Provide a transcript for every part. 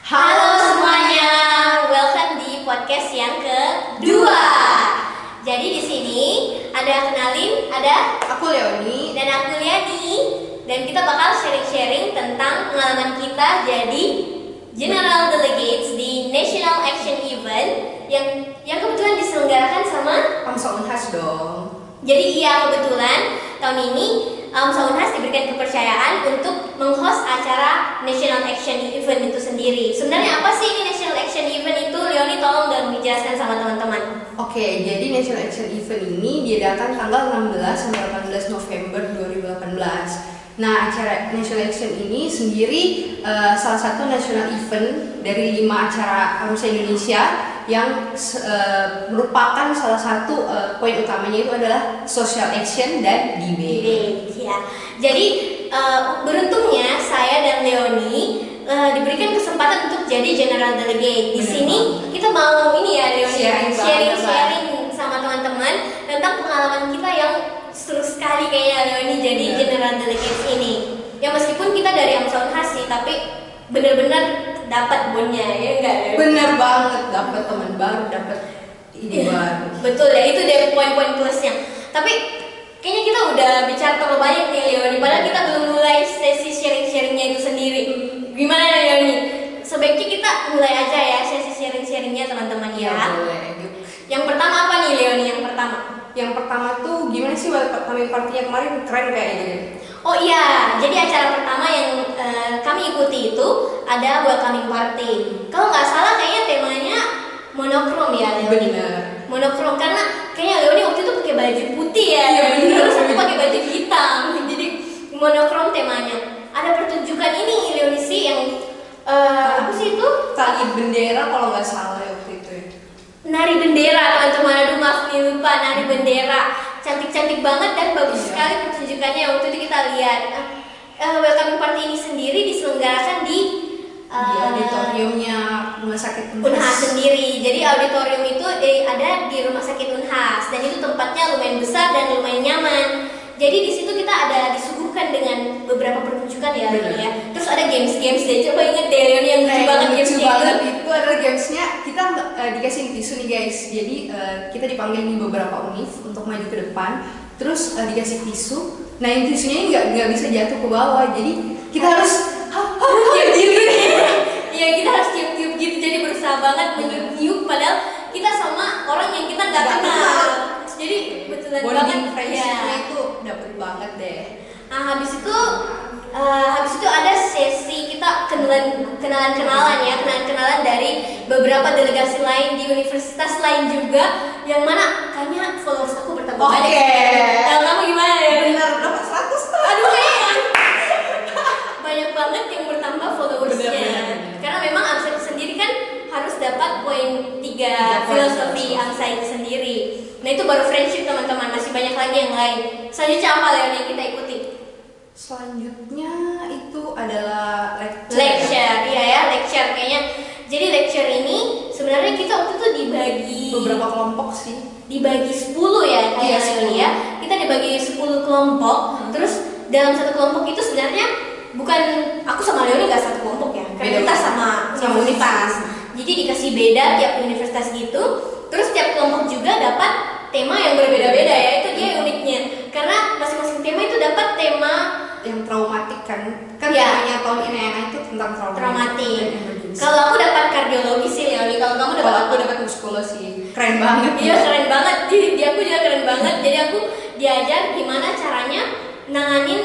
Halo semuanya, welcome di podcast yang kedua. Jadi di sini ada Aku Leoni dan aku Liani, dan kita bakal sharing-sharing tentang pengalaman kita jadi General Delegates di National Action Event yang kebetulan diselenggarakan sama AMSA Unhas dong. Jadi iya, kebetulan tahun ini AMSA Unhas diberikan kepercayaan untuk menghost acara National Action Event itu sendiri. Sebenarnya apa sih ini National Action Event itu? Leoni tolong dong dijelaskan sama teman-teman. Oke, jadi National Action Event ini diadakan tanggal 16 sampai 18 November 2018. Nah, acara National Action ini sendiri salah satu national event dari 5 acara AMSA Indonesia yang merupakan salah satu poin utamanya itu adalah social action dan debate. Ya. Jadi beruntungnya saya dan Leoni diberikan kesempatan untuk jadi general delegate. Di sini kita mau ini ya Leoni, sharing sama teman-teman tentang pengalaman kita yang seru sekali kayaknya Leoni jadi general delegate ini. Ya meskipun kita dari AMSA Unhas sih, tapi benar-benar dapat bonnya ya enggak? Bener banget, dapat teman baru, dapat ide baru. Betul ya, itu dari poin-poin plusnya. Tapi kayaknya kita udah bicara terlalu banyak nih Leoni, padahal kita belum mulai sesi sharing-sharingnya itu sendiri. Gimana Leoni? Sebaiknya kita mulai aja ya sesi sharing-sharingnya teman-teman ya. Boleh. Yang pertama apa nih Leoni? Yang pertama tuh gimana sih welcoming party-nya kemarin, keren kayaknya. Oh iya, jadi acara pertama yang kami ikuti itu ada welcoming party. Kalau nggak salah kayaknya temanya monokrom ya Leoni. Bener. Monokrom karena kayaknya Leoni waktu itu pakai baju putih ya. Iya, bener. Terus aku pakai baju hitam. Jadi monokrom temanya. Ada pertunjukan ini Leoni sih yang apa sih itu? Tali bendera kalau nggak salah waktu itu ya. Nari bendera teman-teman. Aduh maaf nih lupa, nari bendera. Cantik-cantik banget dan bagus sekali pertunjukannya waktu itu kita lihat. Welcoming party ini sendiri diselenggarakan di auditoriumnya Rumah Sakit Unhas sendiri. Jadi auditorium itu ada di Rumah Sakit Unhas dan itu tempatnya lumayan besar dan lumayan nyaman. Jadi di situ kita ada disuguhkan dengan beberapa pertunjukan ya, Leoni ya. Terus ada games deh. Coba inget deh Leoni yang lucu banget gamesnya itu adalah gamesnya kita dikasih tisu nih guys. Jadi kita dipanggil di beberapa univ untuk maju ke depan. Terus dikasih tisu. Nah yang tisunya ini nggak bisa jatuh ke bawah. Jadi kita harus gitu. Iya kita harus tiup-tiup gitu. Jadi berusaha banget meniup padahal kita sama orang yang kita nggak kenal. Jadi betulan banget friendship-nya itu dapet banget deh. Nah habis itu ada sesi kita kenalan dari beberapa delegasi lain di universitas lain juga, yang mana kayaknya followers aku bertambah banyak. Kalau kamu gimana ya? Bener, dapat 100 tuh. Aduh banyak banget yang bertambah followersnya. Bener. Karena memang AMSA itu sendiri kan harus dapat poin 3 filosofi AMSA itu sendiri. Nah itu baru friendship teman-teman, masih banyak lagi yang lain. Selanjutnya apa Leoni yang kita ikuti? Selanjutnya itu adalah Lecture, iya ya, lecture kayaknya. Jadi lecture ini sebenarnya kita waktu itu dibagi beberapa kelompok sih. Dibagi 10 ya kayaknya Leoni ya. Kita dibagi 10 kelompok. Terus dalam satu kelompok itu sebenarnya bukan aku sama Leoni nggak satu kelompok ya. Karena kita sama universitas. Jadi dikasih beda tiap universitas gitu. Terus tiap kelompok juga dapat tema yang berbeda-beda ya. Itu dia uniknya. Karena masing-masing tema itu dapat tema yang traumatik kan ya. Temanya tahun ini itu tentang traumatik. Kalau aku dapat kardiologi sih Leoni, kalau kamu dapat aku dapat psikologi. Keren banget. Iya keren banget. Di aku juga keren banget. Jadi aku diajar gimana caranya nanganin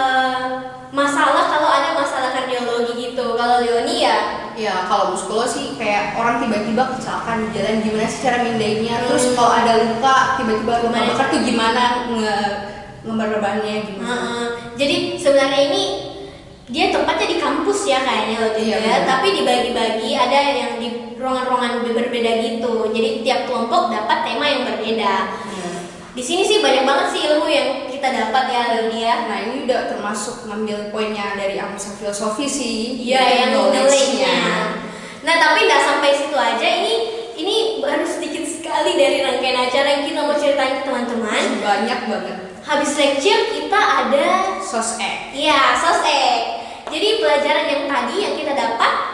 masalah kalau ada masalah kardiologi gitu. Kalau Leoni ya kalau psikologi sih kayak orang tiba-tiba kecelakaan di jalan, gimana sih cara mindainya. Terus kalau ada luka tiba-tiba luka bakar tuh gimana ngeberbannya gimana. Jadi sebenarnya ini dia tempatnya di kampus ya kayaknya loh juga, tapi dibagi-bagi ada yang di ruangan-ruangan berbeda gitu. Jadi tiap kelompok dapat tema yang berbeda. Di sini sih banyak banget sih ilmu yang kita dapat ya Leoni ya. Nah ini udah termasuk ngambil poinnya dari AMSA filosofi sih. Iya yang knowledge-nya. Nah tapi nggak sampai situ aja, ini baru sedikit sekali dari rangkaian acara yang kita mau ceritain ke teman-teman. Banyak banget. Habis lecture kita ada sosek. Iya sosek. Jadi pelajaran yang tadi yang kita dapat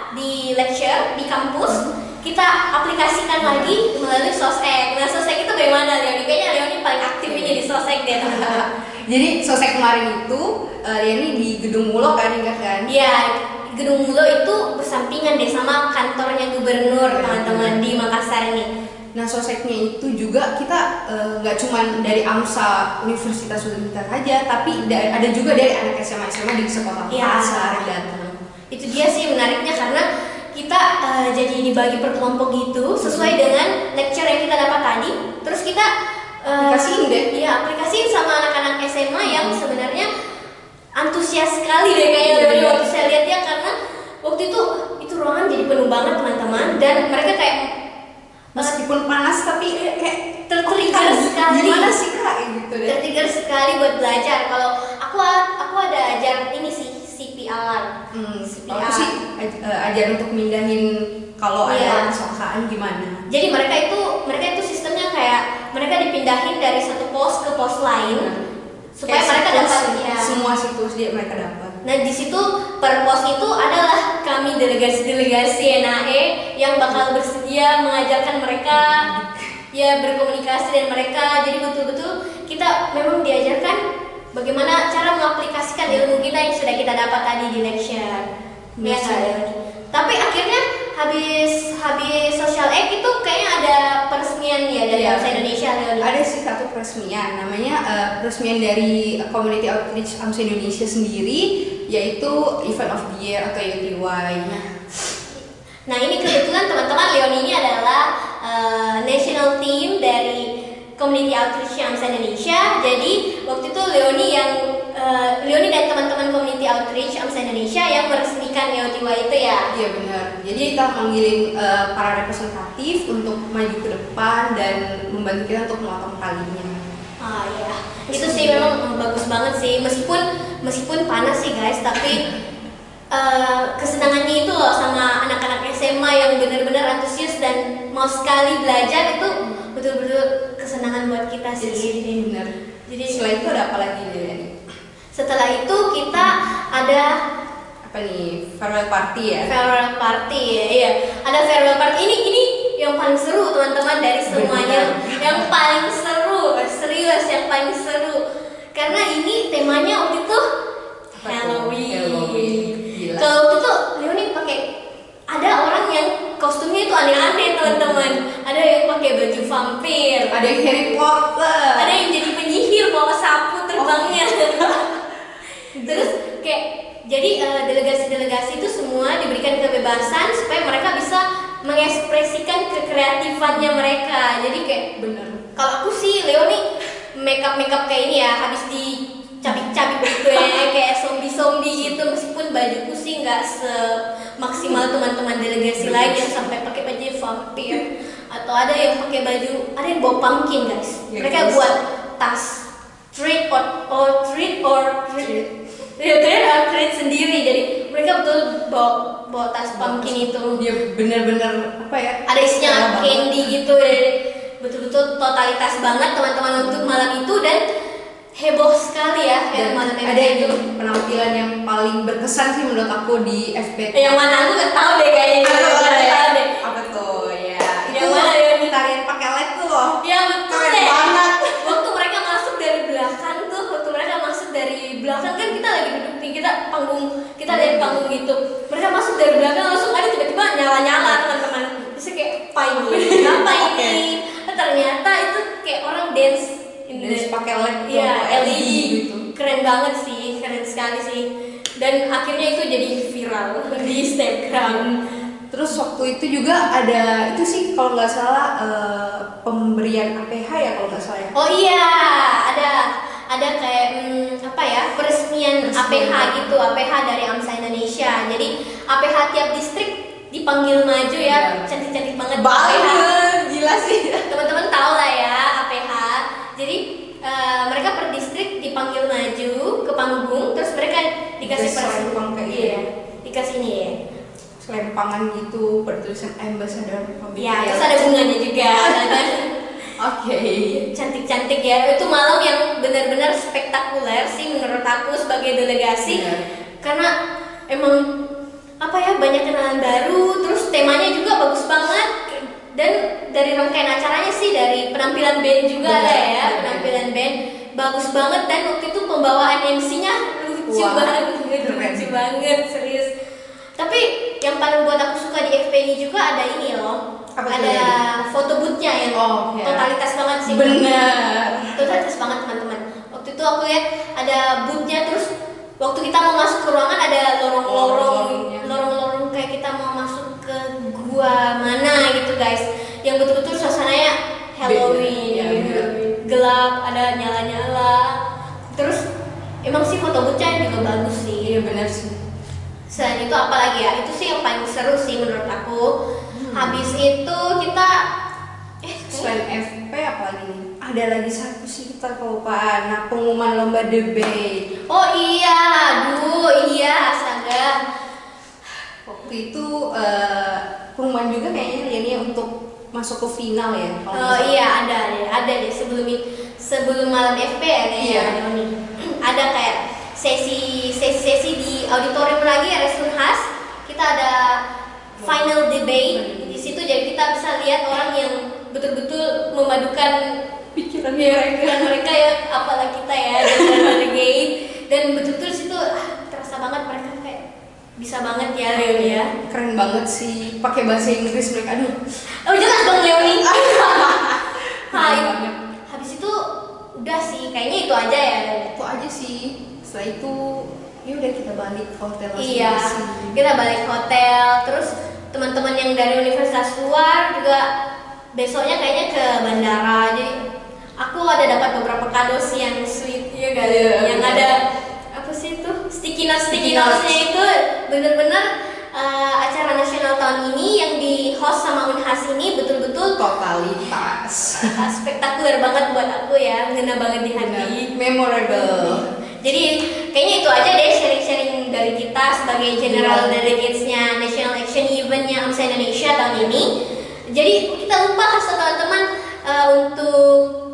di lecture di kampus, kita aplikasikan lagi melalui sosek. Nah, sosek itu bagaimana Leoni? Kayaknya Leoni paling aktif ini di sosek deh teman-teman. Jadi sosek kemarin itu Leoni di Gedung Mulo kan, ingat kan? Iya, Gedung Mulo itu bersampingan deh sama kantornya gubernur teman-teman di Makassar ini. Nah, soseknya itu juga kita nggak cuman dari AMSA Universitas Untar aja, tapi ada juga dari anak SMA di sekolah Makassar dan itu dia sih menariknya, karena kita jadi dibagi per kelompok gitu sesuai dengan lecture yang kita dapat tadi. Terus kita aplikasiin deh. Iya, aplikasiin sama anak-anak SMA yang sebenarnya antusias sekali deh kayaknya waktu saya lihat ya, karena waktu itu ruangan jadi penuh banget teman-teman, dan mereka kayak meskipun panas tapi kayak tertrigger sekali. Gimana sih Kak gitu deh. Tertrigger sekali buat belajar. Kalau aku ada ajar ini sih CPR. Aku sih ajar untuk mindahin kalau ada kecelakaan gimana. Jadi mereka itu sistemnya kayak mereka dipindahin dari satu pos ke pos lain supaya kayak mereka dapat semua siklus dia mereka dapat. Nah, di situ per pos itu adalah kami delegasi NAE yang bakal bersedia mengajarkan mereka ya berkomunikasi dengan mereka. Jadi betul-betul kita memang diajarkan bagaimana cara mengaplikasikan ilmu kita yang sudah kita dapat tadi di lecture. Ya kan? Tapi akhirnya habis social act itu kayaknya ada peresmian ya dari AMSA Indonesia. Ada sih satu peresmian, namanya peresmian dari Community Outreach AMSA Indonesia sendiri, yaitu Event of the Year atau UTY. Nah, ini kebetulan teman-teman Leoni ini adalah national team dari Community Outreach AMSA Indonesia. Jadi waktu itu Leoni dan teman-teman Community Outreach AMSA Indonesia yang meresmikan UTY itu ya. Iya benar. Jadi kita manggilin para representatif untuk maju ke depan dan membantu kita untuk memotong talinya. Ah iya, itu sih memang bagus banget sih. Meskipun panas sih guys, tapi kesenangannya itu loh sama anak-anak SMA yang benar-benar antusias dan mau sekali belajar, itu betul-betul kesenangan buat kita sih. Jadi benar. Jadi setelah itu ada apa lagi nih? Setelah itu kita ada apa nih? Farewell party ya? Farewell party ya, iya. Ada farewell party. Ini yang paling seru teman-teman dari semuanya. Yang paling seru, serius yang paling seru. Karena ini temanya waktu itu Halloween. Kalau waktu itu Leoni pakai, ada orang yang kostumnya itu aneh-aneh teman-teman. Ada yang pakai baju vampir, ada yang Harry Potter, ada yang jadi penyihir bawa sapu terbangnya. Terus kayak jadi delegasi-delegasi itu semua diberikan kebebasan supaya mereka bisa mengekspresikan kekreatifannya mereka. Jadi kayak bener. Kalau aku sih Leoni makeup kayak ini ya, habis dicabik-cabik gitu ya, kayak zombie gitu. Meskipun bajuku sih nggak semaksimal teman-teman delegasi lain yang sampai pakai baju vampir, atau ada yang pakai baju, ada yang bawa pumpkin guys. Mereka buat tas treat or treat sendiri. Jadi mereka betul bawa tas pumpkin itu. Dia benar-benar apa ya? Ada isinya candy gitu. Betul-betul totalitas banget teman-teman untuk malam itu, dan heboh sekali ya malam itu. Ada itu penampilan yang paling berkesan sih menurut aku di FPT. Yang mana aku nggak tahu deh kayaknya. Apa tuh ya? Yang mana ya? Tarian pakai LED tuh loh. Ya betul deh. Waktu mereka masuk dari belakang kan kita lagi duduk di kita dari panggung gitu. Mereka masuk dari belakang langsung ada tiba-tiba nyala-nyala teman-teman. Terus kayak apa ini? Ternyata itu kayak orang dance pakai LED. Iya, LED gitu. Keren banget sih, keren sekali sih. Dan akhirnya itu jadi viral di Instagram. Terus waktu itu juga ada itu sih kalau nggak salah pemberian APH ya kalau nggak salah ya. Oh iya, ada kayak peresmian APH gitu, APH dari AMSA Indonesia. Jadi APH tiap distrik dipanggil maju ya, cantik-cantik banget. Gila sih. Teman-teman tahu lah ya APH. Jadi mereka per distrik dipanggil maju ke panggung, terus mereka dikasih selempang kayak gitu. Dikasih ini ya. Selempangan gitu bertulisan ambassador. Ya, terus ada bunganya juga. Oke. Cantik-cantik ya. Itu malam yang benar-benar spektakuler sih menurut aku sebagai delegasi. Karena emang apa ya, banyak kenalan baru, terus temanya juga bagus banget, dan dari rangkaian acaranya sih, dari penampilan band juga ada ya, penampilan band bagus banget, dan waktu itu pembawaan MC-nya lucu banget, serius. Tapi yang paling buat aku suka di FP ini juga ada ini loh, ada foto booth-nya yang totalitas banget sih. Bener. Totalitas banget teman-teman. Waktu itu aku lihat ada booth-nya, terus waktu kita mau masuk ke ruangan ada lorong-lorong kayak kita mau masuk ke gua mana gitu guys, yang betul-betul suasananya Halloween, gelap, ada nyala-nyala. Terus emang sih foto booth-nya juga bagus sih. Iya benar sih. Selain itu apa lagi ya? Itu sih yang paling seru sih menurut aku. Habis itu kita selain FP apa lagi nih? Ada lagi satu sih kita kelupaan. Nah, pengumuman lomba debate. Oh iya, aduh iya, astaga. Waktu itu pengumuman juga kayaknya ini untuk masuk ke final ya. Oh iya, ada deh sebelum malam FP ya kayaknya. Iya. Ada kayak sesi di auditorium lagi RS Unhas. Kita ada final debate di situ, jadi kita bisa lihat orang yang betul-betul memadukan pikiran mereka ya, apalah kita ya, dan betul-betul situ terasa banget mereka kayak bisa banget ya Leoni ya. Keren banget sih, pakai bahasa Inggris mereka. Aduh. Oh jelas dong Leoni. Banget. Habis itu udah sih, kayaknya itu aja ya. Itu aja sih. Setelah itu ya udah kita balik ke hotel. Iya, kita balik hotel. Terus teman-teman yang dari universitas luar juga besoknya kayaknya ke bandara. Jadi aku ada dapat beberapa kado sih yang sweet ya guys. Yang ada apa sih itu, sticky notes-nya itu bener-bener acara nasional tahun ini yang di host sama Unhas ini betul-betul totalitas spektakuler banget buat aku ya, ngena banget di hati, memorable. Jadi kayaknya itu aja deh sharing-sharing dari kita sebagai general delegates-nya National Action Event-nya AMSA Indonesia tahun ini. Jadi kita lupa kasih teman-teman untuk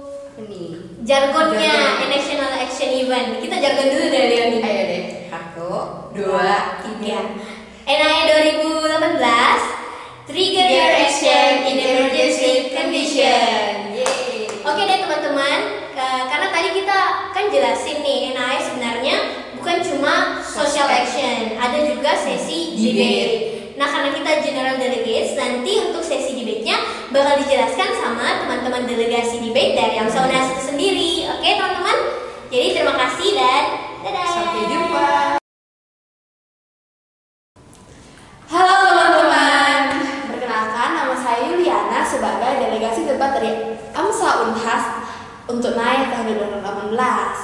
jargonnya National Action Event. Kita jargon dulu dari Leoni. Ayo deh. 1, 2, 3. NAE 2018 Trigger Your Action in Emergency Condition. Oke deh teman-teman, karena tadi kita kan jelasin nih NAE sebenarnya bukan cuma social action, ada juga sesi debate. Nah karena kita general delegates, nanti untuk sesi debate-nya bakal dijelaskan sama teman-teman delegasi debate dari AMSA Unhas itu sendiri. Oke teman-teman, jadi terima kasih dan dadah. Sampai jumpa. Halo teman-teman, perkenalkan nama saya Yuliana sebagai delegasi debat dari AMSA Unhas untuk NAE tahun 2018.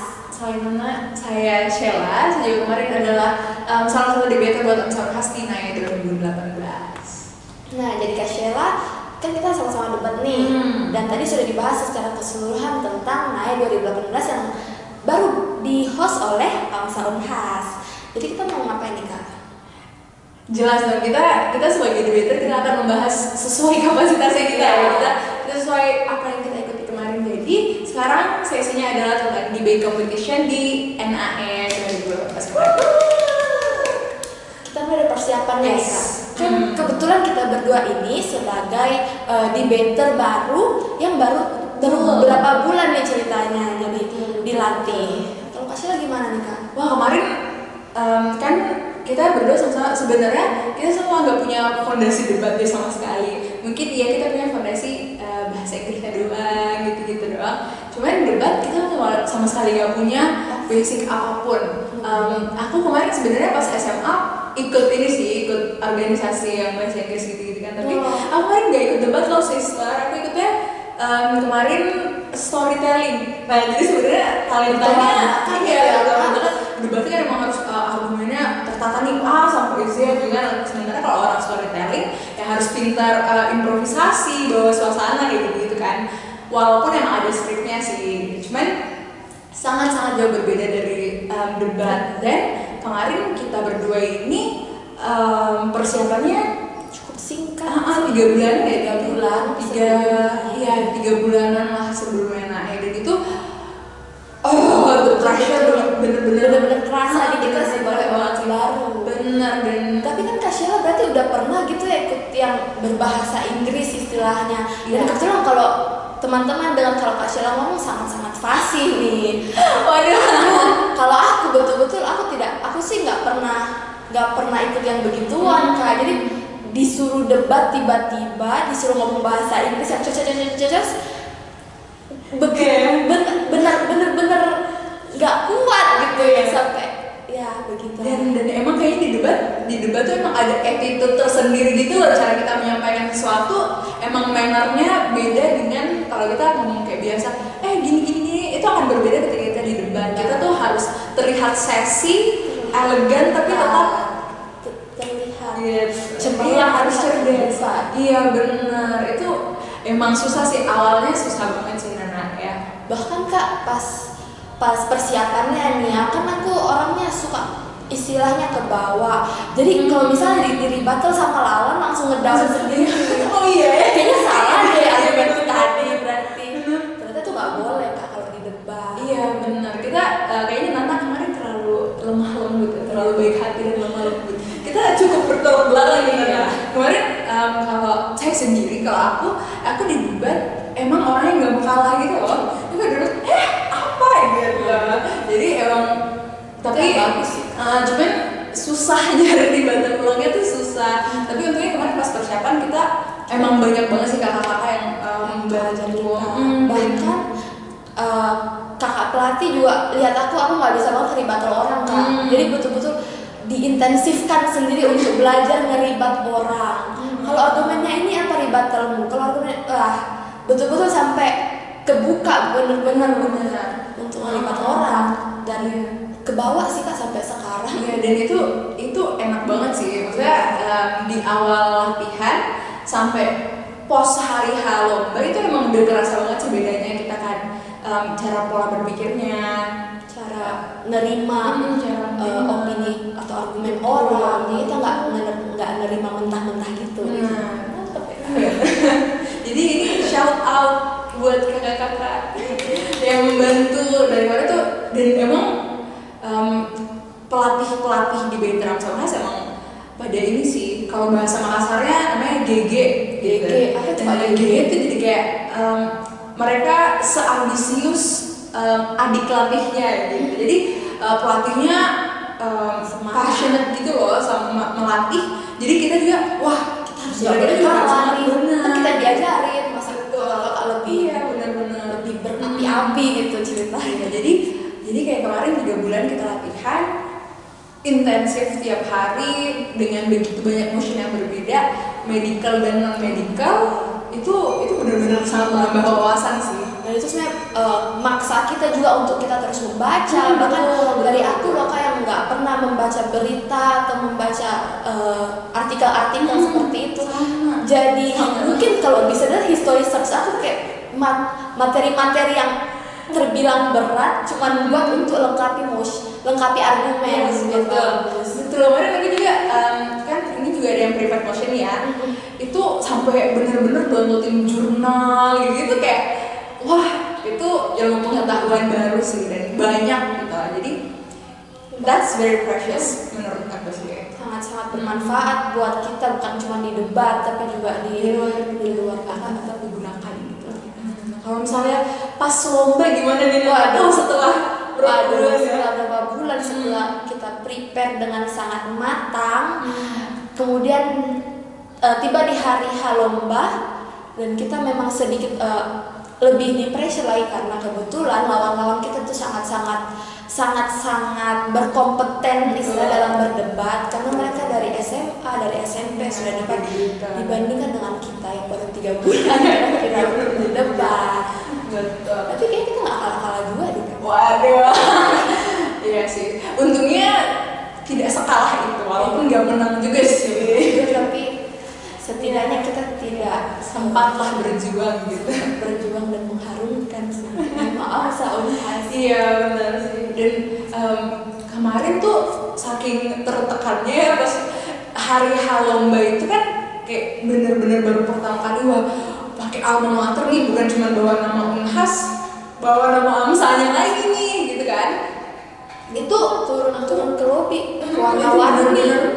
Saya Sheila, saya juga kemarin adalah salah satu debater buat AMSA Unhas di NAE 2018. Nah, jadi Kak Sheila, kan kita sama-sama debat nih, dan tadi sudah dibahas secara keseluruhan tentang NAE 2018 yang baru di-host oleh AMSA Unhas. Jadi kita mau ngapain nih Kak? Jelas dong, kita sebagai debater kita akan membahas sesuai kapasitasnya kita ya, kita sesuai apa yang kita ikuti kemarin. Jadi sekarang sesinya adalah tentang debate competition di NAE 2018. Kita mulai ada persiapannya ya Kak. Kan kebetulan kita berdua ini sebagai debater baru yang baru beberapa bulan nih ceritanya jadi dilatih. Kalau Kak Sheila gimana nih Kak? Wah kemarin kan kita berdua sama sebenarnya kita semua nggak punya fondasi debatnya sama sekali. Mungkin ya kita punya fondasi bahasa Inggrisnya doang, gitu-gitu doang. Cuman debat kita sama sekali nggak punya basic apapun. Aku kemarin sebenarnya pas SMA ikut ini sih, ikut organisasi yang bahasa Inggris gitu-gitu kan. Tapi aku kemarin nggak ikut debat loh sih. Aku ikutnya kemarin storytelling. Nah jadi sebenarnya talentanya debatnya kan emang harus argumennya tertata nih A sampai Z dengan. Sementara kalau orang storytelling ya harus pintar improvisasi, bawa suasana gitu kan. Walaupun emang ada skripnya sih, cuman sangat-sangat jauh berbeda dari debat. Dan kemarin kita berdua ini persiapannya Cukup singkat. 3 bulan ya, 3 bulanan lah sebelum NAE. Dan itu the pressure bener-bener kerasa di kita sebagai orang baru. benar. Dan tapi kan Kak Sheila berarti udah pernah gitu ya ikut yang berbahasa Inggris istilahnya. Dan kebetulan kalau teman-teman dengan kalau Kak Sheila ngomong sangat-sangat fasih nih. Waduh, kalau aku betul-betul aku sih nggak pernah ikut yang begituan Kak. Jadi disuruh debat tiba-tiba disuruh ngomong bahasa Inggris yang cocok bener-bener nggak kuat gitu ya sampai ya begitu. Dan emang kayaknya di debat tuh emang ada attitude tersendiri gitu loh, cara kita menyampaikan sesuatu emang mannernya beda dengan kalau kita ngomong kayak biasa gini itu akan berbeda ketika kita di debat. Kita tuh harus terlihat sassy, elegan tapi tetap terlihat cemerlang, harus cerdas. Iya benar, itu emang susah sih, awalnya susah banget sih Nana ya. Bahkan Kak pas persiapannya nih ya, kan aku orangnya suka istilahnya ke bawah. Jadi kalau misalnya di battle sama lawan langsung ngedown sendiri. Oh iya, kayaknya salah deh argumen tadi berarti. Ternyata tuh nggak boleh Kak kalau di debat. Iya benar, kita kayaknya Nana kemarin terlalu lemah lembut, terlalu baik hati dan lemah lembut. Kita cukup bertolak belakang nih ya. Kemarin kalau saya sendiri, kalau aku di debat emang orangnya nggak mau kalah gitu loh. Itu dulu apa gitu. Jadi emang tapi bagus sih. Cuman susah nyari di battle ulangnya tuh susah. Tapi untungnya kemarin pas persiapan kita emang banyak banget sih kakak-kakak yang belajar juga. Bahkan kakak pelatih juga lihat aku nggak bisa banget ngeribat orang Kak. Jadi betul-betul diintensifkan sendiri untuk belajar ngeribat orang. Kalau argumennya ini apa ribatalmu? Kalau argumennya betul-betul sampai kebuka bener-bener untuk ngeribat orang dan kebawa sih Kak sampai sekarang. Ya, dan itu enak banget sih. Maksudnya di awal latihan sampai pos hari H lomba itu emang udah kerasa banget sih bedanya kita kan, cara pola berpikirnya, cara nerima opini atau argumen orang. Jadi kita nggak nerima mentah-mentah gitu. Jadi ini shout out buat kakak-kakak yang membantu dari mana tuh. Dan emang pelatih di Bintang Samhas emang pada ini sih, kalau bahasa Makassarnya namanya GG gitu. Apa itu Pak GG itu jadi kayak mereka seambisius adik latihnya gitu. Jadi pelatihnya passionate gitu loh sama melatih. Jadi kita juga kita harus kalah nih. Kan kita diajarin masa kakak lebih benar-benar lebih berapi-api gitu ceritanya. Jadi kayak kemarin 3 bulan kita latihan intensif tiap hari dengan begitu banyak motion yang berbeda, medical dan non medical. Itu benar-benar sangat menambah wawasan sih. Dan itu sebenarnya maksa kita juga untuk kita terus membaca. Bahkan dari aku loh Kak yang nggak pernah membaca berita atau membaca artikel-artikel seperti itu. Jadi mungkin kalau bisa dari history search aku kayak materi-materi yang terbilang berat cuman buat untuk lengkapi argumen gitu. Betul, kemarin aku juga kan ini juga ada yang private motion ya. Itu sampai bener-bener downloadin jurnal gitu kayak itu ilmu pengetahuan baru sih dan banyak gitu. Jadi that's very precious menurut aku sih. Sangat bermanfaat buat kita, bukan cuma di debat tapi juga di luar akan tetap digunakan gitu. Kalau misalnya pas lomba gimana nih? Setelah berapa bulan setelah kita prepare dengan sangat matang, kemudian tiba di hari H lomba dan kita memang sedikit lebih di pressure lagi karena kebetulan lawan-lawan kita tuh sangat berkompeten istilah dalam berdebat karena mereka dari SMA, dari SMP sudah dapat dibandingkan dengan kita yang baru 3 bulan kita berdebat. Betul. Tapi kayaknya kita nggak kalah-kalah juga deh. Waduh. Iya sih. Untungnya tidak sekalah itu walaupun nggak menang juga sih. Tapi setidaknya kita tidak sempatlah berjuang gitu. Berjuang dan mengharumkan sih. Maaf Unhas. Iya benar sih. Dan kemarin tuh saking tertekannya pas hari H lomba itu kan kayak bener-bener baru pertama kali pakai alma mater nih, bukan cuma bawa nama Unhas, bawa nama Amsanya lagi nih gitu kan. Itu turun ke lobi warna-warni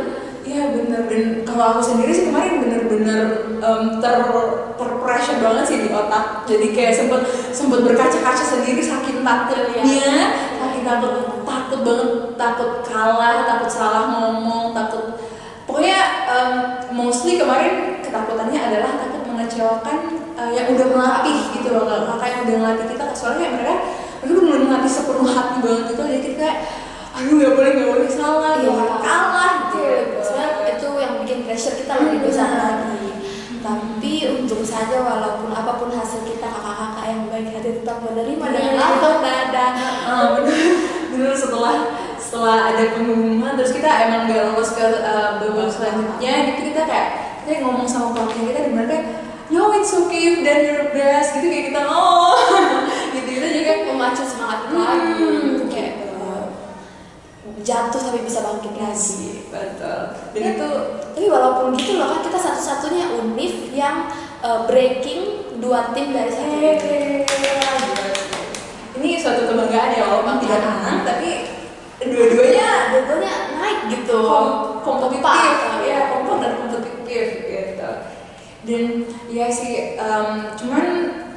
Iya bener, dan kalau aku sendiri sih kemarin bener-bener terpressure banget sih di otak. Jadi kayak sempet berkaca-kaca sendiri saking takutnya, saking takut banget, takut kalah, takut salah ngomong, takut pokoknya mostly kemarin ketakutannya adalah takut mengecewakan yang udah melatih gitu loh, kakak yang udah ngelatih kita. Soalnya mereka bener-bener melatih sepenuh hati banget gitu, jadi kita kayak aduh gak boleh salah, gak boleh kalah gitu. Sebenarnya itu yang bikin pressure kita lebih besar lagi. Tapi untung saja walaupun apapun hasil kita, kakak-kakak yang baik hati tetap menerima dengan lapang dada. Bener setelah ada pengumuman terus kita emang gak lolos ke babak selanjutnya gitu, kita ngomong sama pelatih kita dan mereka no it's okay if then you're best gitu, kayak kita gitu juga Memacu semangat lagi. Kayak jatuh tapi bisa bangkit lagi. Betul. Dan itu tapi walaupun gitu loh kan kita satu-satunya univ yang breaking 2 tim dari satu univ. Ini suatu kebanggaan ya, walaupun tidak menang tapi dua-duanya naik gitu. Kompetitif ya, kompak dan kompetitif gitu. Dan ya sih cuman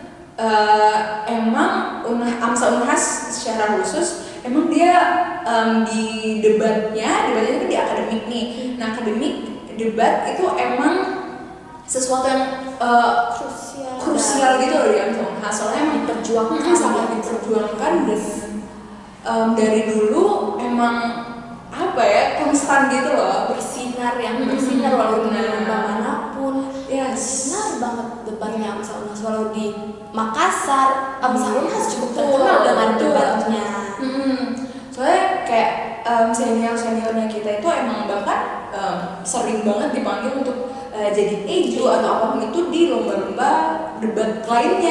emang AMSA Unhas secara khusus emang dia di debatnya itu di akademik nih. Nah akademik debat itu emang sesuatu yang krusial gitu loh di AMSA Unhas. Soalnya emang diperjuangkan, sangat diperjuangkan dan dari dulu emang apa ya konstan gitu loh, bersinar walaupun di lomba manapun. Yes. Benar banget debatnya AMSA Unhas. Walau di Makassar, AMSA Unhas cukup terkenal dengan debatnya. Soalnya kayak seniornya kita itu emang bahkan sering banget dipanggil untuk jadi eju atau apapun itu di lomba-lomba debat lainnya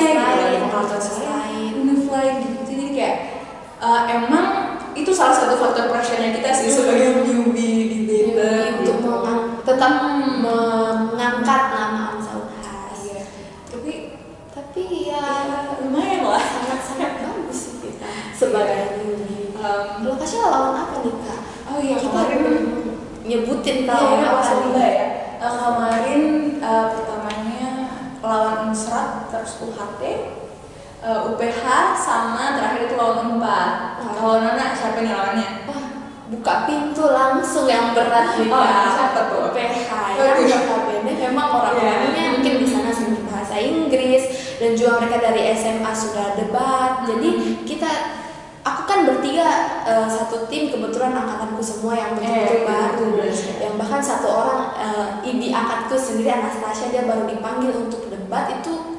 gitu, lain gitu. Jadi kayak emang itu salah satu faktor pressure-nya kita sih sebagai newbie debater untuk tetap mengangkat nama AMSA Unhas. Tapi ya lumayan lah, sangat bagus sih kita sebagai newbie. Lokasinya lawan apa nih Kak? Oh iya, kita kemarin nyebutin lawan apa nih ya. Kemarin pertamanya lawan Unsrat, terus UHT, UPH, sama terakhir itu lawan Unpad. Kalau Nana siapa nih lawannya? Buka pintu langsung yang berat nih Kak. Siapa tuh? UPH yang notabene memang orang-orangnya mungkin di sana sendiri bahasa Inggris dan juga mereka dari SMA sudah debat. Jadi aku kan bertiga satu tim, kebetulan angkatanku semua yang betul-betul baru. Yang bahkan satu orang di angkatku sendiri, Anastasia, dia baru dipanggil untuk debat itu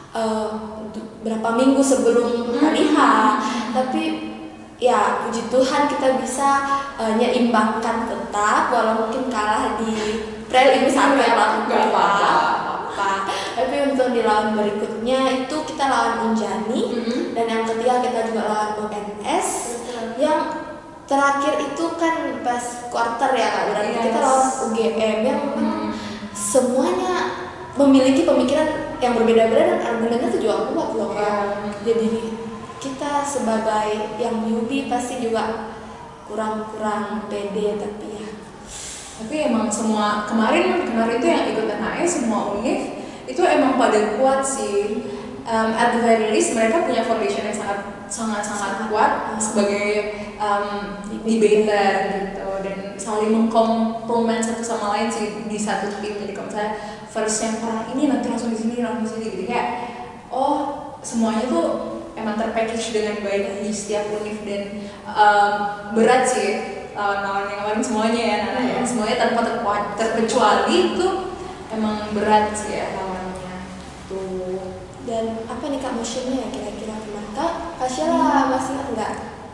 berapa minggu sebelum hari H. Tapi ya puji Tuhan kita bisa nyeimbangkan tetap, walau mungkin kalah di prelim satu yang lalu apa. Tapi untuk di lawan berikutnya itu kita lawan Unjani, dan yang ketiga kita juga lawan UNS. Yang terakhir itu kan pas quarter ya Kak, berarti kita lawan UGM yang semuanya memiliki pemikiran yang berbeda-beda dan argumennya itu juga kuat loh Kak. Jadi kita sebagai yang newbie pasti juga kurang pede, tapi emang semua kemarin itu yang ikut NHS semua univ itu emang pada kuat sih. At the very least mereka punya foundation yang sangat kuat sebagai debater gitu, dan saling mengkomplement satu sama lain sih di satu tim. Jadi kalau misalnya first yang orang ini nanti langsung di sini gitu, kayak semuanya tuh emang terpackage dengan baik di setiap univ. Dan berat sih lawan yang kemarin semuanya ya Nana ya, semuanya tanpa terkecuali itu emang berat sih ya lawannya tuh. Dan apa nih Kak motionnya ya kira-kira gimana Kak Sheila masih enggak?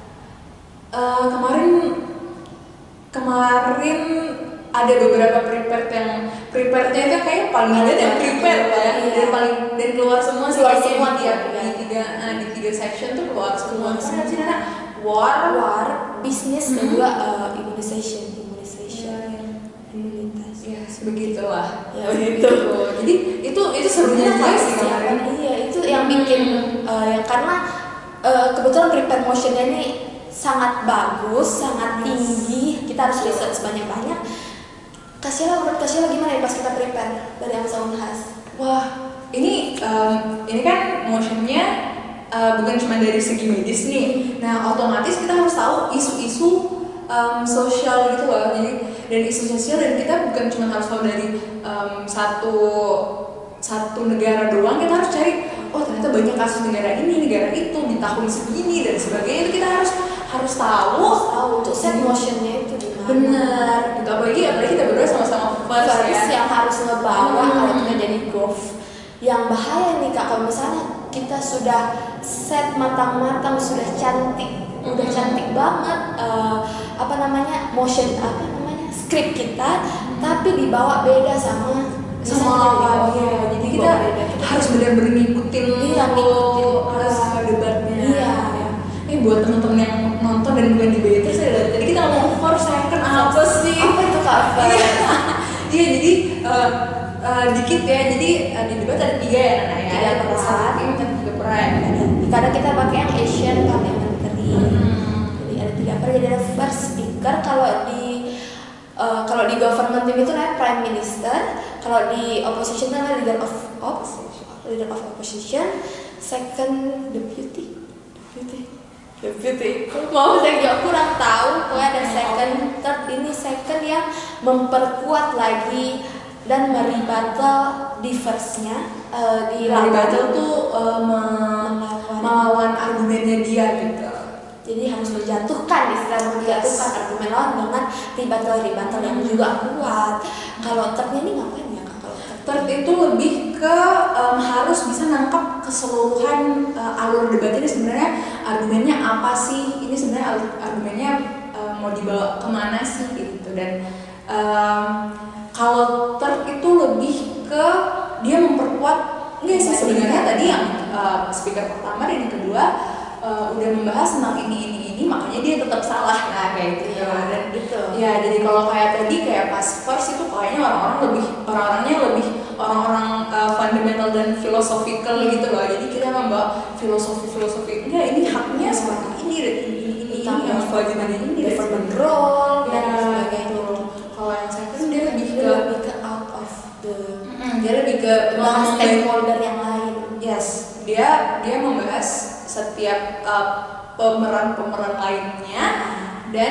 Kemarin ada beberapa preparednya itu kayak paling ada dan prepare ya, dan keluar semua sih di tiga section tuh keluar semua. Kemarin sih Nana war bisnis dan juga immunization imunitas ya begitulah ya begitu. Jadi itu serunya juga sih kemarin. Iya itu yang bikin karena kebetulan prepare motionnya ini sangat bagus, sangat tinggi, kita harus research banyak-banyak. Kasila, menurut Kasila gimana ya pas kita prepare dari Angsa Unhas? Wah, ini kan motionnya bukan cuma dari segi medis nih. Nah, otomatis kita harus tahu isu-isu sosial gitu loh. Jadi dari isu sosial, dan kita bukan cuma harus tahu dari satu negara doang. Kita harus cari, oh ternyata banyak kasus negara ini, negara itu di tahun segini dan sebagainya. Itu kita harus tahu Untuk set motionnya itu gimana? benar. Gitu. Apalagi kita berdua sama-sama first ya. Yang harus ngebawa kalau kita jadi golf. Yang bahaya nih Kak, kalau misalnya kita sudah set matang-matang, sudah cantik, udah cantik banget, script kita, tapi dibawa beda sama Sama ya, jadi kita harus benar-benar ngikutin harus debatnya. Iya. Ini buat teman-teman yang nonton dan bukan di Beatrice ya, tadi kita ngomong first second apa sih? Apa itu Kak? Iya, jadi dikit ya. Jadi di debat ada 3 ya Nana ya. Tiga peran. 3 peran. Kadang kita pakai yang Asian Parliamentary. Jadi ada 3 peran. Jadi ada first speaker. Kalau di government team itu namanya prime minister. Kalau di opposition itu namanya leader of opposition. Second deputy. Mau saya juga kurang tahu. Pokoknya ada second, third. Ini second yang memperkuat lagi dan merebuttal di first-nya. Di Rebuttal tuh melawan argumennya dia gitu. Jadi harus menjatuhkan argumen lawan dengan rebuttal yang juga kuat. Kalau third-nya ini ngapain ya Kak? Kalau Third itu lebih ke harus bisa nangkap keseluruhan alur debat ini sebenarnya argumennya apa sih? Ini sebenarnya argumennya mau dibawa kemana sih gitu. Dan kalau third itu lebih ke dia memperkuat enggak sih sebenarnya tadi yang speaker pertama dan yang kedua udah membahas tentang ini makanya dia tetap salah, nah kayak gitu. Dan gitu. Ya, jadi kalau kayak tadi kayak pas first itu kayaknya orang-orangnya lebih fundamental dan philosophical gitu loh. Jadi kita membawa filosofi enggak, ini haknya seperti ini dan ini yang kewajiban ini government role dan ya, sebagainya. Kalau yang second dia lebih ke out of the dia lebih ke stakeholder yang lain. Yes, dia membahas setiap pemeran lainnya dan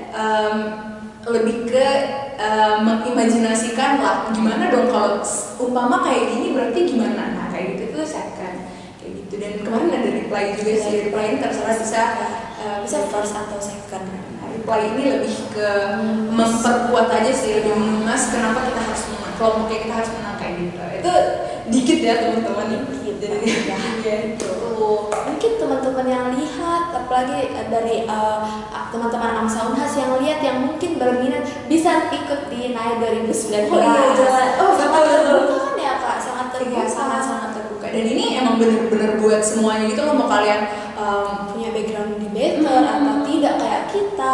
lebih ke mengimajinasikan lah gimana dong kalau umpama kayak gini berarti gimana, nah kayak gitu tuh second kayak gitu. Dan kemarin ada reply juga sih, reply ini terserah bisa first atau second. Reply ini lebih ke memperkuat aja sih, lebih mengemas kenapa kita harus menang, kelompoknya kita harus menang kayak gitu. Itu dikit ya teman-teman nih. Jadi gitu. Mungkin teman-teman yang lihat, apalagi dari teman-teman Angsa Unhas yang lihat yang mungkin berminat bisa ikut di NAE 2019. Oh iya, jalan. Oh sangat betul. terbuka kan ya Kak, sangat terbuka. Sangat terbuka. Dan ini emang bener-bener buat semuanya gitu loh, mau kalian punya background debater atau tidak kayak kita.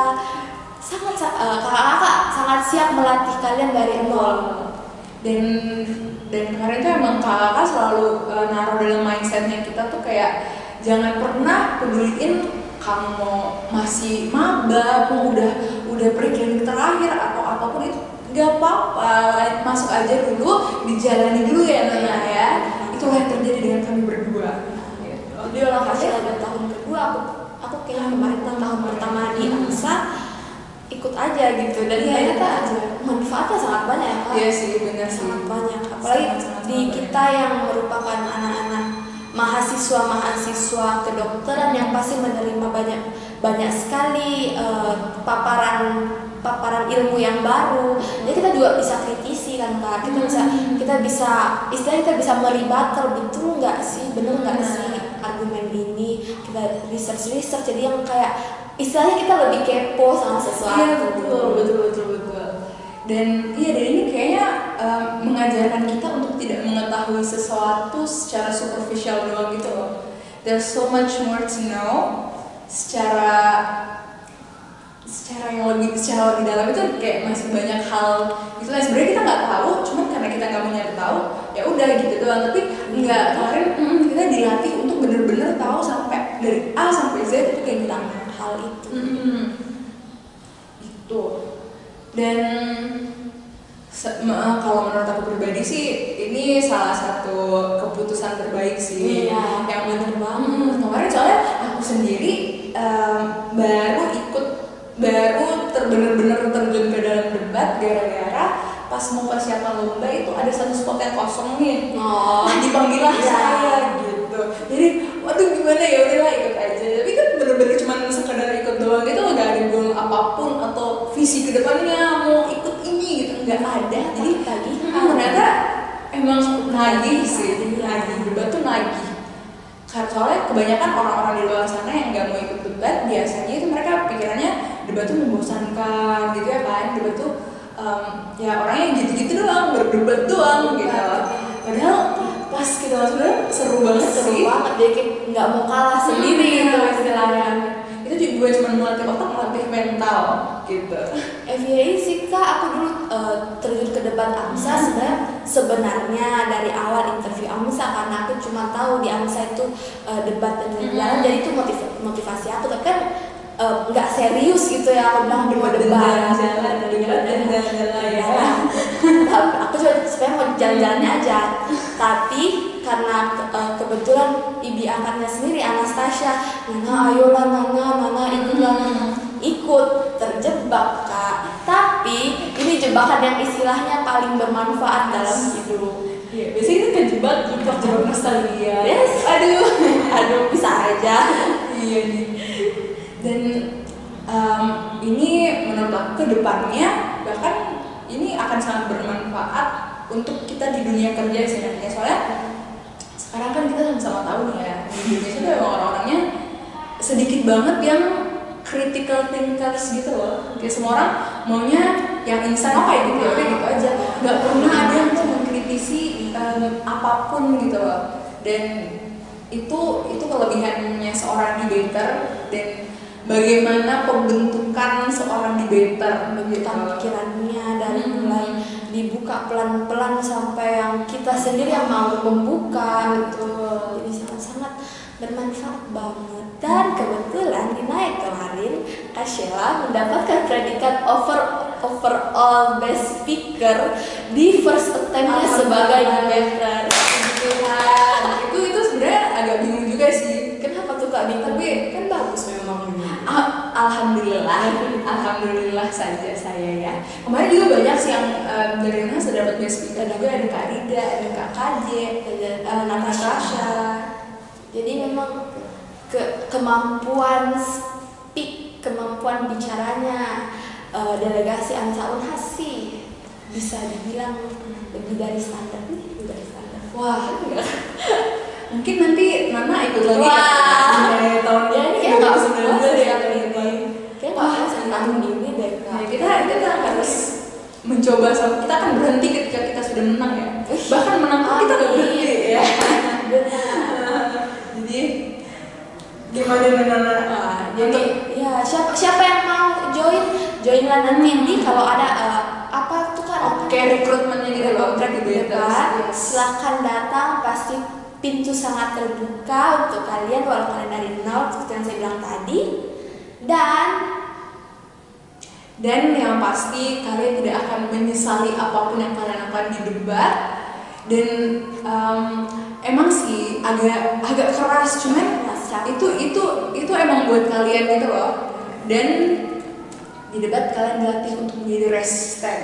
Kakak sangat siap melatih kalian dari nol. Dan kemarin tuh emang kakak selalu naruh dalam mindsetnya kita tuh kayak jangan pernah peduliin kamu mau masih maba, mau udah pre-klinik terakhir atau apapun itu nggak apa-apa, masuk aja dulu, dijalani dulu ya Nana ya. Itulah yang terjadi dengan kami berdua. Jadi olahraga ada tahun kedua, aku kayaknya kemarin tahun pertama di Angsa ikut aja gitu, dan ternyata manfaatnya sangat banyak ya Kak. Iya sih, benar sih. Sangat banyak, apalagi di kita yang merupakan anak-anak mahasiswa kedokteran yang pasti menerima banyak sekali paparan ilmu yang baru. Jadi kita juga bisa kritisi kan Kak. Kita bisa istilahnya kita bisa merebuttal, betul nggak sih, bener nggak sih argumen ini. Kita research. Jadi yang kayak istilahnya kita lebih kepo sama sesuatu. Iya betul. Dan ini kayaknya mengajarkan kita untuk tidak mengetahui sesuatu secara superficial doang gitu loh. There's so much more to know secara yang lebih dalam itu kayak masih banyak hal gitu lah. Sebenarnya kita nggak tahu, cuman karena kita nggak mau nyari tahu, ya udah gitu doang. Tapi nggak, kemarin kita dilatih untuk bener-bener tahu sampai dari A sampai Z itu kayak gimana hal itu. Gitu. Dan Kalau menurut aku pribadi sih ini salah satu keputusan terbaik sih. Iya, yang bener banget. kemarin soalnya aku sendiri baru bener-bener terjun ke dalam debat gara-gara pas mau persiapan lomba itu ada satu spot yang kosong nih. Dipanggil saya gitu. Jadi waduh gimana ya, udahlah ikut aja. Tapi kan bener-bener cuma sekedar ikut doang gitu, nggak ada goal apapun atau visi kedepannya mau ikut ini gitu, nggak ada. Jadi ternyata emang nagih sih, nagih debat tuh nagih. Soalnya kebanyakan orang-orang di luar sana yang nggak mau ikut debat biasanya itu mereka pikirannya debat tuh membosankan gitu ya kan, debat tuh ya orangnya gitu-gitu doang, berdebat doang gitu. Padahal pas kita sebenarnya seru banget sih. Seru banget, jadi nggak mau kalah sendiri gitu istilahnya. Itu juga cuma melatih otak, melatih mental gitu. FYI sih Kak, aku dulu terjun ke debat AMSA sebenarnya dari awal interview AMSA, karena aku cuma tahu di AMSA itu debat dan jalan, jadi itu motivasi aku, tapi kan nggak serius gitu ya, aku bilang mau debat jalan. Aku cuma sebenarnya mau jalan-jalannya aja, tapi karena kebetulan ibu angkatnya sendiri Anastasia, ayolah Nana ikut, terjebak Kak. Tapi ini jebakan yang istilahnya paling bermanfaat dalam hidup. Iya, biasanya itu kejebak nostalgia. Yes. Aduh bisa aja. Iya nih. Dan ini menurut aku ke depannya bahkan ini akan sangat bermanfaat untuk kita di dunia kerja sih nantinya. Soalnya sekarang kan kita sama-sama tahu nih ya, di Indonesia tuh emang orang-orangnya sedikit banget yang critical thinkers gitu loh. Kayak semua orang maunya yang instan, gitu ya udah gitu aja, nggak pernah ada yang mau mengkritisi apapun gitu loh. Dan itu kelebihannya seorang debater, dan bagaimana pembentukan seorang debater, Pembentukan pikirannya dari mulai dibuka pelan-pelan sampai yang kita sendiri yang mau membuka gitu. Jadi sangat-sangat bermanfaat banget. Dan kebetulan di Naik kemarin Kak Sheila mendapatkan predikat overall best speaker di first attempt-nya sebagai debater. Itu sebenarnya agak bingung juga sih. Kenapa tuh Kak Bing? Tapi kan bagus memang. Alhamdulillah saja saya ya. Kemarin juga banyak sih yang dari mana sudah dapat best speaker juga, ada Kak Rida, ada Kak KJ, ada Natasha. Jadi memang kemampuan speak, kemampuan bicaranya delegasi AMSA Unhas sih bisa dibilang lebih dari standar. Wah, mungkin nanti Nana ikut lagi ya tahun ya ini kayak nggak 2019 ya ini kayak nggak harus tahun ini deh Kak. Ya, kita harus mencoba, kita akan berhenti ketika kita sudah menang ya. Bahkan menang pun kita nggak berhenti ya. Jadi gimana Nana? Jadi ya siapa yang mau join lah nanti kalau ada apa tuh kan rekrutmennya gitu loh, debat, silakan datang, pasti pintu sangat terbuka untuk kalian walaupun kalian dari nol seperti yang saya bilang tadi. Dan yang pasti kalian tidak akan menyesali apapun yang kalian lakukan di debat. Dan emang sih agak keras, cuman itu emang buat kalian gitu loh. Dan di debat kalian dilatih untuk menjadi resisten.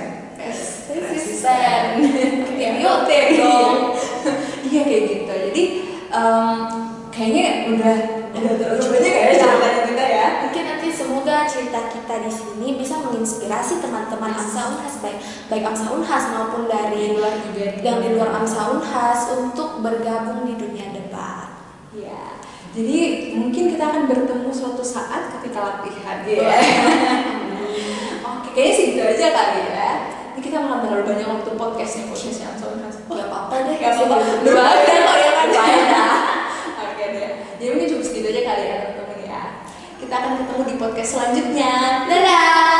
Iya kayak gitu. Jadi kayaknya udah lucu aja kayak ceritanya kita ya. Mungkin nanti semoga cerita kita di sini bisa menginspirasi teman-teman AMSA Unhas, baik AMSA Unhas maupun dari luar juga, yang di luar AMSA Unhas untuk bergabung di dunia debat. Ya. Jadi mungkin kita akan bertemu suatu saat ketika latihan. Oke, kayaknya sih gitu aja kali ya. Ini kita malah terlalu banyak waktu podcastnya AMSA Unhas. Gak apa-apa deh. Gak apa-apa. Dua aja kok ya kan. Oke deh. Jadi mungkin cukup segitu aja kali ya teman-teman ya. Kita akan ketemu di podcast selanjutnya. Dadah.